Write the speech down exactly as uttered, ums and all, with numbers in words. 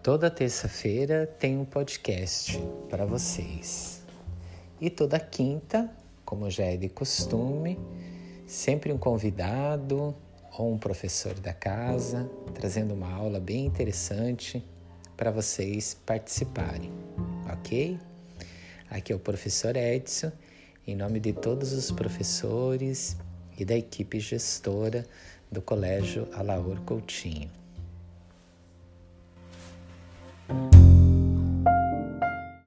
Toda terça-feira tem um podcast para vocês. E toda quinta, como já é de costume, sempre um convidado ou um professor da casa, trazendo uma aula bem interessante para vocês participarem, ok? Aqui é o professor Edson, em nome de todos os professores e da equipe gestora do Colégio Alaor Coutinho.